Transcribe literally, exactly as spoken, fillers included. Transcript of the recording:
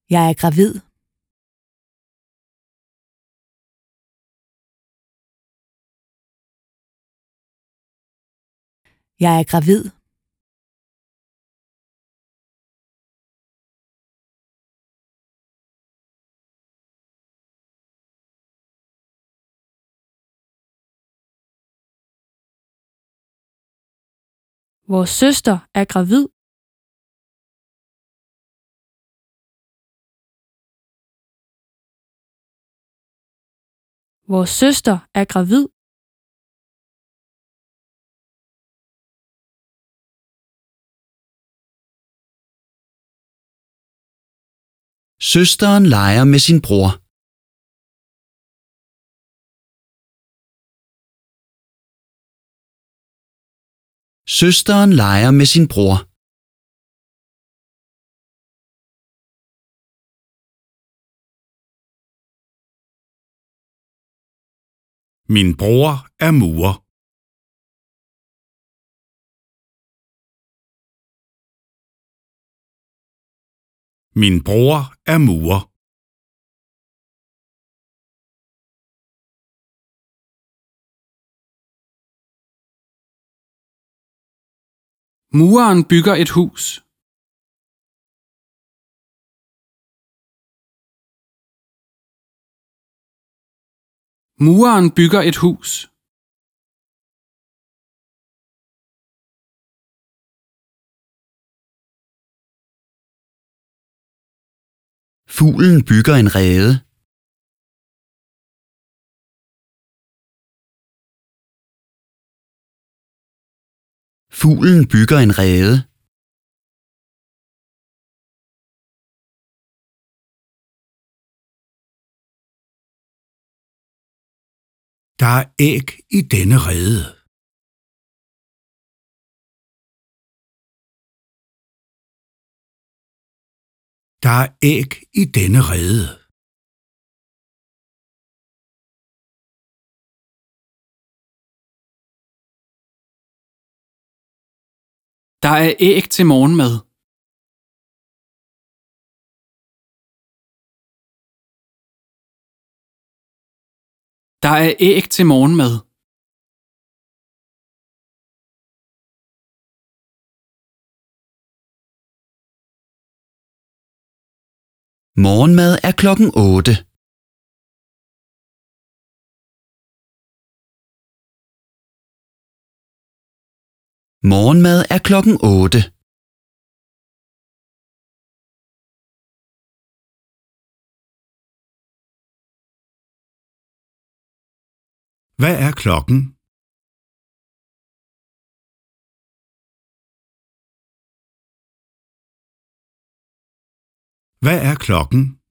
Jeg er gravid. Jeg er gravid. Vores søster er gravid. Vores søster er gravid. Søsteren leger med sin bror. Søsteren leger med sin bror. Min bror er murer. Min bror er murer. Mureren bygger et hus. Mureren bygger et hus. Fuglen bygger en rede. Fuglen bygger en rede. Der er æg i denne rede. Der er æg i denne rede. Der er æg til morgenmad. Der er æg til morgenmad. Morgenmad er klokken otte. Morgenmad er klokken otte. Hvad er klokken? Hvad er klokken?